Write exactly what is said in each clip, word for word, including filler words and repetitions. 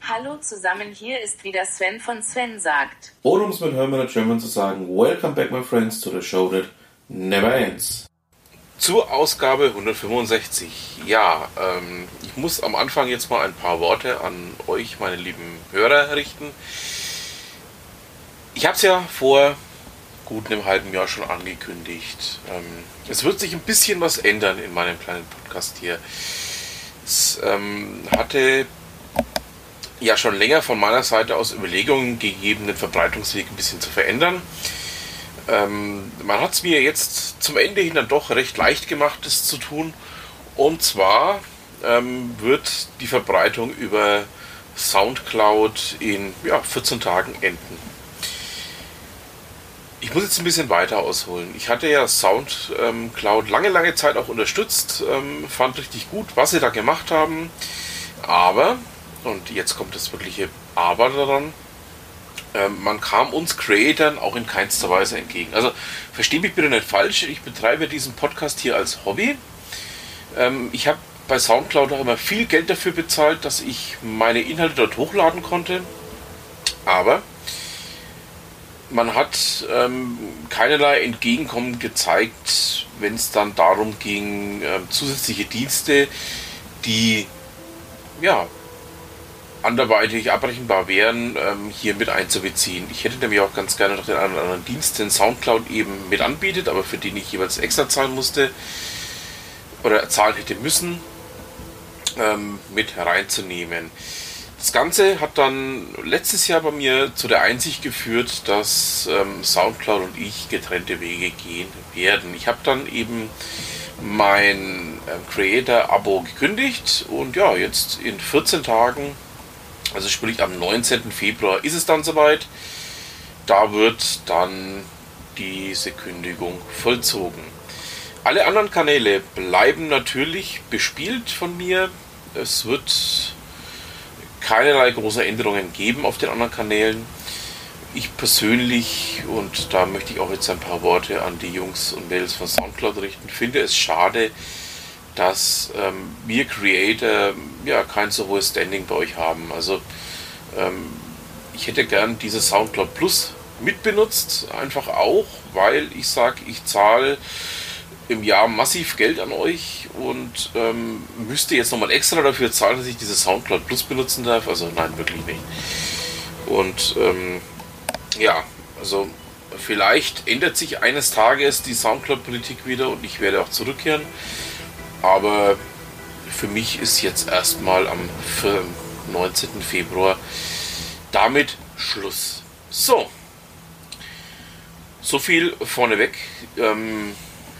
Hallo zusammen, hier ist wieder Sven von Sven sagt. Oder um es mit Hermann German zu sagen, welcome back my friends to the show that never ends. Zur Ausgabe hundertfünfundsechzig. Ja, ähm, ich muss am Anfang jetzt mal ein paar Worte an euch, meine lieben Hörer, richten. Ich habe es ja vor gut einem halben Jahr schon angekündigt. Ähm, es wird sich ein bisschen was ändern in meinem kleinen Podcast hier. Es ähm, hatte ja schon länger von meiner Seite aus Überlegungen gegeben, den Verbreitungsweg ein bisschen zu verändern. Ähm, man hat es mir jetzt zum Ende hin dann doch recht leicht gemacht, das zu tun. Und zwar ähm, wird die Verbreitung über Soundcloud in ja, vierzehn Tagen enden. Ich muss jetzt ein bisschen weiter ausholen. Ich hatte ja Soundcloud lange, lange Zeit auch unterstützt, ähm, fand richtig gut, was sie da gemacht haben. Aber, und jetzt kommt das wirkliche Aber daran, ähm, man kam uns Creatoren auch in keinster Weise entgegen. Also, verstehe mich bitte nicht falsch, ich betreibe diesen Podcast hier als Hobby. Ähm, ich habe bei Soundcloud auch immer viel Geld dafür bezahlt, dass ich meine Inhalte dort hochladen konnte. Aber man hat ähm, keinerlei Entgegenkommen gezeigt, wenn es dann darum ging, ähm, zusätzliche Dienste, die ja anderweitig abbrechenbar wären, ähm, hier mit einzubeziehen. Ich hätte nämlich auch ganz gerne noch den einen oder anderen Dienst, den Soundcloud eben mit anbietet, aber für den ich jeweils extra zahlen musste oder zahlen hätte müssen, ähm, mit reinzunehmen. Das Ganze hat dann letztes Jahr bei mir zu der Einsicht geführt, dass ähm, Soundcloud und ich getrennte Wege gehen werden. Ich habe dann eben mein ähm, Creator-Abo gekündigt und ja, jetzt in vierzehn Tagen, also sprich am neunzehnten Februar ist es dann soweit, da wird dann diese Kündigung vollzogen. Alle anderen Kanäle bleiben natürlich bespielt von mir. Es wird keinerlei große Änderungen geben auf den anderen Kanälen. Ich persönlich, und da möchte ich auch jetzt ein paar Worte an die Jungs und Mädels von Soundcloud richten, finde es schade, dass ähm, wir Creator ja kein so hohes Standing bei euch haben. Also ähm, ich hätte gern dieses Soundcloud Plus mitbenutzt, einfach auch, weil ich sage, ich zahle im Jahr massiv Geld an euch und ähm, müsste jetzt nochmal extra dafür zahlen, dass ich diese Soundcloud Plus benutzen darf. Also nein, wirklich nicht. Und ähm, ja, also vielleicht ändert sich eines Tages die Soundcloud-Politik wieder und ich werde auch zurückkehren. Aber für mich ist jetzt erstmal am neunzehnten Februar damit Schluss. So, so viel vorneweg. Ähm,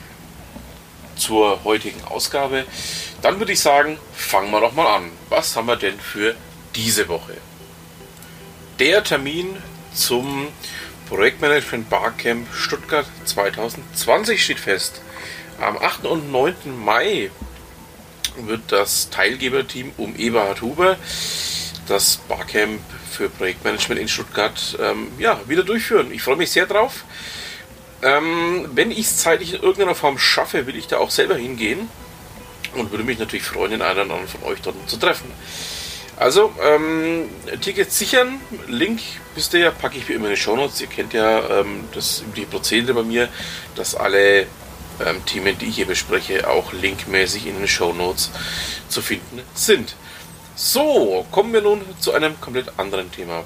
zur heutigen Ausgabe. Dann würde ich sagen, fangen wir doch mal an. Was haben wir denn für diese Woche? Der Termin zum Projektmanagement Barcamp Stuttgart zwanzig zwanzig steht fest. Am achten und neunten Mai wird das Teilgeberteam um Eberhard Huber das Barcamp für Projektmanagement in Stuttgart ähm, ja, wieder durchführen. Ich freue mich sehr drauf. Ähm, wenn ich es zeitlich in irgendeiner Form schaffe, will ich da auch selber hingehen und würde mich natürlich freuen, den einen oder anderen von euch dort zu treffen. Also, ähm, Tickets sichern, Link wisst ihr ja, packe ich wie immer in die Shownotes. Ihr kennt ja ähm, das übliche Prozedere bei mir, dass alle ähm, Themen, die ich hier bespreche, auch linkmäßig in den Shownotes zu finden sind. So, kommen wir nun zu einem komplett anderen Thema.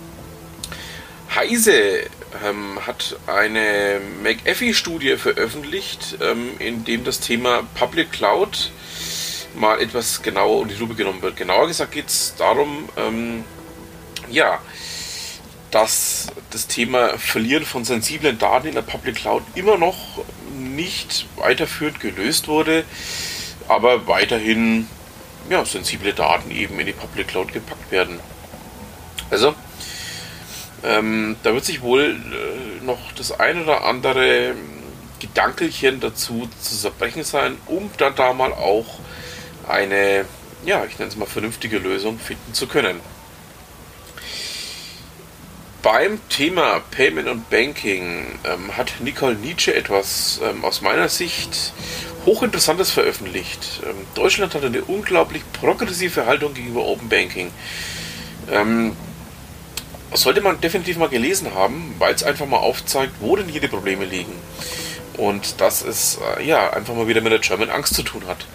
Heise ähm, hat eine McAfee-Studie veröffentlicht, ähm, in dem das Thema Public Cloud mal etwas genauer unter die Lupe genommen wird. Genauer gesagt geht es darum, ähm, ja, dass das Thema Verlieren von sensiblen Daten in der Public Cloud immer noch nicht weiterführend gelöst wurde, aber weiterhin ja, sensible Daten eben in die Public Cloud gepackt werden. Also, Ähm, da wird sich wohl äh, noch das ein oder andere Gedankelchen dazu zu zerbrechen sein, um dann da mal auch eine, ja, ich nenne es mal vernünftige Lösung finden zu können. Beim Thema Payment und Banking ähm, hat Nicole Nietzsche etwas ähm, aus meiner Sicht Hochinteressantes veröffentlicht. Ähm, Deutschland hat eine unglaublich progressive Haltung gegenüber Open Banking. Ähm, sollte man definitiv mal gelesen haben, weil es einfach mal aufzeigt, wo denn hier die Probleme liegen. Und dass es äh, ja einfach mal wieder mit der German Angst zu tun hat.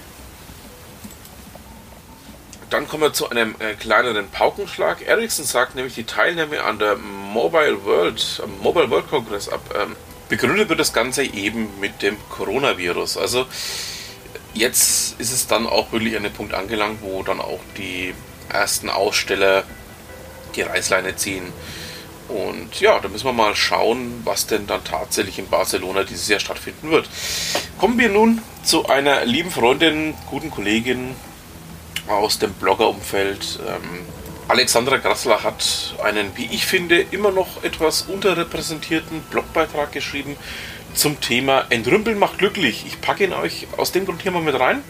Dann kommen wir zu einem äh, kleineren Paukenschlag. Ericsson sagt nämlich, die Teilnahme an der Mobile World, am Mobile World Congress ab. Ähm, begründet wird das Ganze eben mit dem Coronavirus. Also jetzt ist es dann auch wirklich an den Punkt angelangt, wo dann auch die ersten Aussteller die Reißleine ziehen. Und ja, da müssen wir mal schauen, was denn dann tatsächlich in Barcelona dieses Jahr stattfinden wird. Kommen wir nun zu einer lieben Freundin, guten Kollegin aus dem Bloggerumfeld. Ähm, Alexandra Grassler hat einen, wie ich finde, immer noch etwas unterrepräsentierten Blogbeitrag geschrieben zum Thema Entrümpeln macht glücklich. Ich packe ihn euch aus dem Grund hier mal mit rein.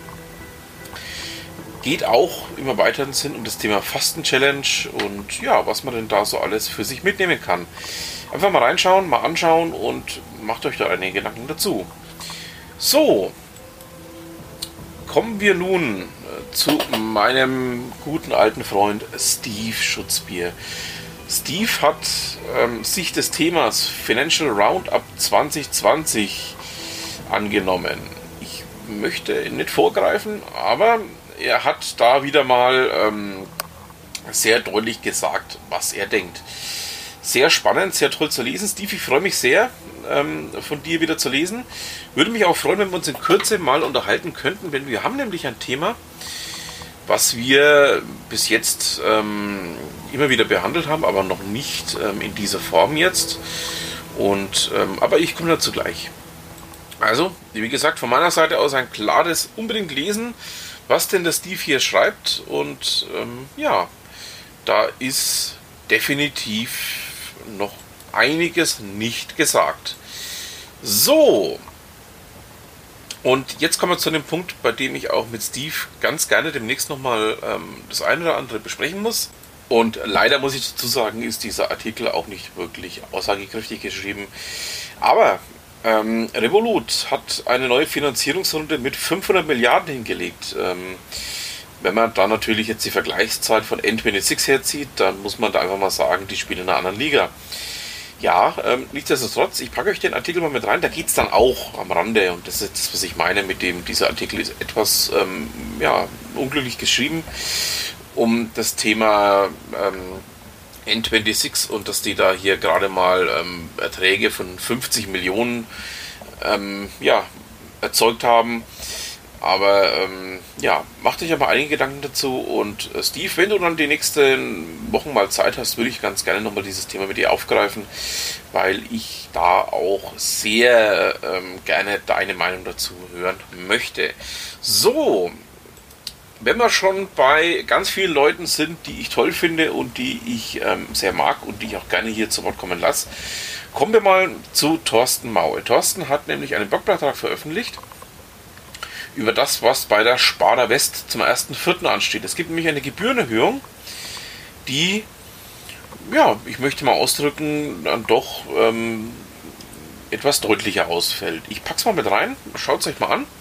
Geht auch im erweiterten Sinn um das Thema Fasten-Challenge und ja, was man denn da so alles für sich mitnehmen kann. Einfach mal reinschauen, mal anschauen und macht euch da einige Gedanken dazu. So, kommen wir nun zu meinem guten alten Freund Steve Schutzbier. Steve hat ähm, sich des Themas Financial Roundup zwanzig zwanzig angenommen. Ich möchte nicht vorgreifen, aber er hat da wieder mal ähm, sehr deutlich gesagt, was er denkt. Sehr spannend, sehr toll zu lesen. Steve, ich freue mich sehr, ähm, von dir wieder zu lesen. Würde mich auch freuen, wenn wir uns in Kürze mal unterhalten könnten, denn wir haben nämlich ein Thema, was wir bis jetzt ähm, immer wieder behandelt haben, aber noch nicht ähm, in dieser Form jetzt. Und, ähm, aber ich komme dazu gleich. Also, wie gesagt, von meiner Seite aus ein klares unbedingt lesen, was denn der Steve hier schreibt. Und ähm, ja, da ist definitiv noch einiges nicht gesagt. So, und jetzt kommen wir zu dem Punkt, bei dem ich auch mit Steve ganz gerne demnächst nochmal ähm, das eine oder andere besprechen muss. Und leider muss ich dazu sagen, ist dieser Artikel auch nicht wirklich aussagekräftig geschrieben. Aber ähm, Revolut hat eine neue Finanzierungsrunde mit fünfhundert Milliarden hingelegt. Ähm, wenn man da natürlich jetzt die Vergleichszeit von N sechsundzwanzig herzieht, dann muss man da einfach mal sagen, die spielen in einer anderen Liga. Ja, ähm, nichtsdestotrotz, ich packe euch den Artikel mal mit rein, da geht es dann auch am Rande, und das ist das, was ich meine mit dem, dieser Artikel ist etwas ähm, ja, unglücklich geschrieben, um das Thema ähm, N sechsundzwanzig und dass die da hier gerade mal ähm, Erträge von fünfzig Millionen ähm, ja, erzeugt haben. Aber ähm, ja, macht euch aber einige Gedanken dazu. Und äh, Steve, wenn du dann die nächsten Wochen mal Zeit hast, würde ich ganz gerne nochmal dieses Thema mit dir aufgreifen, weil ich da auch sehr ähm, gerne deine Meinung dazu hören möchte. So, wenn wir schon bei ganz vielen Leuten sind, die ich toll finde und die ich ähm, sehr mag und die ich auch gerne hier zu Wort kommen lasse, kommen wir mal zu Thorsten Maue. Thorsten hat nämlich einen Blogbeitrag veröffentlicht über das, was bei der Sparda West zum ersten vierten ansteht. Es gibt nämlich eine Gebührenerhöhung, die, ja, ich möchte mal ausdrücken, dann doch ähm, etwas deutlicher ausfällt. Ich pack's mal mit rein, schaut es euch mal an.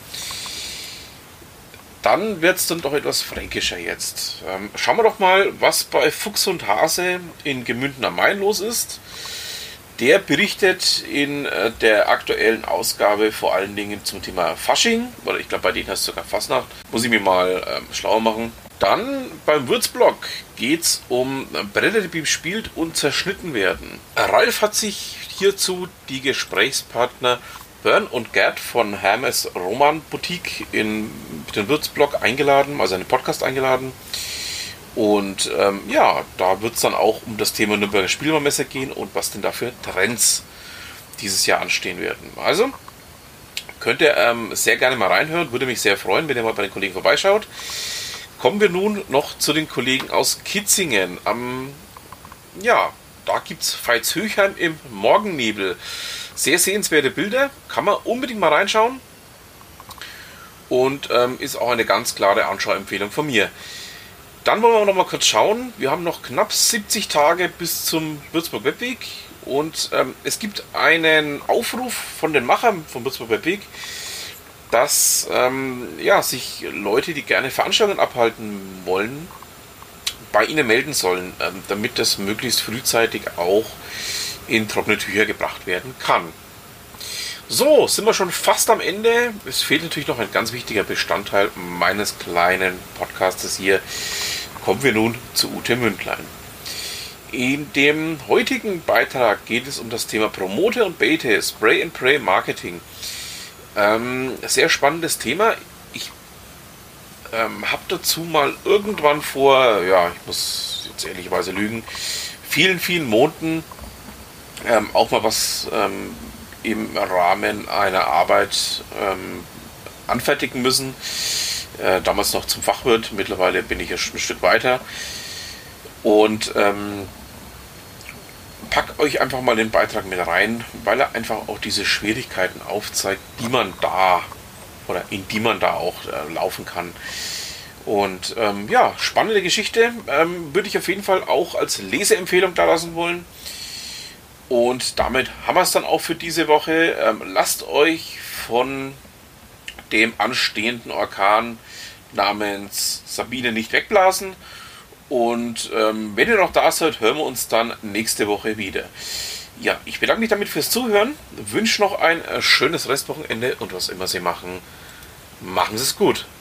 Dann wird es dann doch etwas fränkischer jetzt. Ähm, schauen wir doch mal, was bei Fuchs und Hase in Gemünden am Main los ist. Der berichtet in äh, der aktuellen Ausgabe vor allen Dingen zum Thema Fasching, oder ich glaube, bei denen heißt es sogar Fastnacht. Muss ich mir mal ähm, schlauer machen. Dann beim Würzblog geht es um Bretter, die beim Spielt und zerschnitten werden. Ralf hat sich hierzu die Gesprächspartner Bern und Gerd von Hermes Roman Boutique in den Würzblog eingeladen, also einen Podcast eingeladen. Und ähm, ja, da wird es dann auch um das Thema Nürnberger Spielwarenmesse gehen und was denn da für Trends dieses Jahr anstehen werden. Also könnt ihr ähm, sehr gerne mal reinhören, würde mich sehr freuen, wenn ihr mal bei den Kollegen vorbeischaut. Kommen wir nun noch zu den Kollegen aus Kitzingen. Ähm, ja, da gibt es Veitshöchheim im Morgennebel. Sehr sehenswerte Bilder, kann man unbedingt mal reinschauen. Und ähm, ist auch eine ganz klare Anschauempfehlung von mir. Dann wollen wir noch mal kurz schauen. Wir haben noch knapp siebzig Tage bis zum Würzburg Webweg. Und ähm, es gibt einen Aufruf von den Machern vom Würzburg Webweg, dass ähm, ja, sich Leute, die gerne Veranstaltungen abhalten wollen, bei Ihnen melden sollen, ähm, damit das möglichst frühzeitig auch in trockene Tücher gebracht werden kann. So, sind wir schon fast am Ende. Es fehlt natürlich noch ein ganz wichtiger Bestandteil meines kleinen Podcastes hier. Kommen wir nun zu Ute Mündlein. In dem heutigen Beitrag geht es um das Thema Promote und Bete, Spray and Pray Marketing. Ähm, sehr spannendes Thema. Ich ähm, habe dazu mal irgendwann vor, ja, ich muss jetzt ehrlicherweise lügen, vielen, vielen Monaten ähm, auch mal was ähm, im Rahmen einer Arbeit ähm, anfertigen müssen. Äh, damals noch zum Fachwirt, mittlerweile bin ich ja schon ein Stück weiter. Und ähm, packt euch einfach mal den Beitrag mit rein, weil er einfach auch diese Schwierigkeiten aufzeigt, die man da oder in die man da auch äh, laufen kann. Und ähm, ja, spannende Geschichte, ähm, würde ich auf jeden Fall auch als Leseempfehlung da lassen wollen. Und damit haben wir es dann auch für diese Woche. Ähm, lasst euch von dem anstehenden Orkan namens Sabine nicht wegblasen. Und ähm, wenn ihr noch da seid, hören wir uns dann nächste Woche wieder. Ja, ich bedanke mich damit fürs Zuhören, wünsche noch ein äh, schönes Restwochenende und was immer Sie machen, machen Sie es gut.